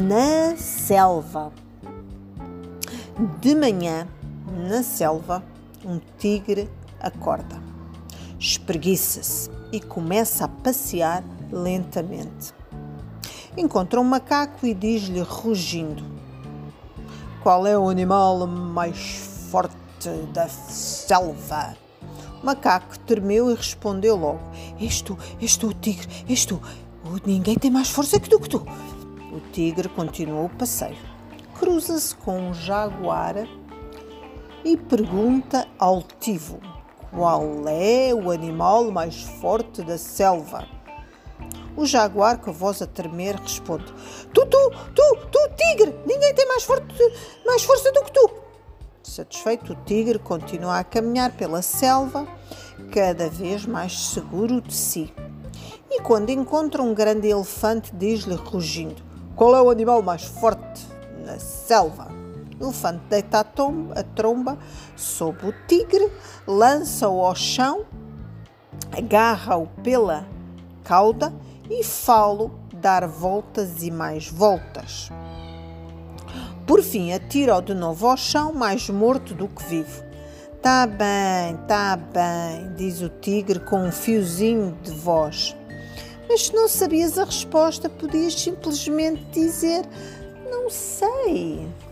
na selva. De manhã, na selva, um tigre acorda, espreguiça-se e começa a passear lentamente. Encontra um macaco e diz-lhe, rugindo: "Qual é o animal mais forte da selva?" O macaco tremeu e respondeu logo: És tu, o tigre, és tu. Ninguém tem mais força que tu. O tigre continuou o passeio. Cruza-se com um jaguar e pergunta altivo: qual é o animal mais forte da selva? O jaguar, com a voz a tremer, responde: Tu, tigre! Ninguém tem mais força do que tu! Satisfeito, o tigre continua a caminhar pela selva, cada vez mais seguro de si. E quando encontra um grande elefante, diz-lhe, rugindo: Qual é o animal mais forte na selva? O elefante deita a tromba sob o tigre, lança-o ao chão, agarra-o pela cauda e fá-lo dar voltas e mais voltas. Por fim, atira-o de novo ao chão, mais morto do que vivo. Tá bem, diz o tigre com um fiozinho de voz. Mas se não sabias a resposta, podias simplesmente dizer: não sei.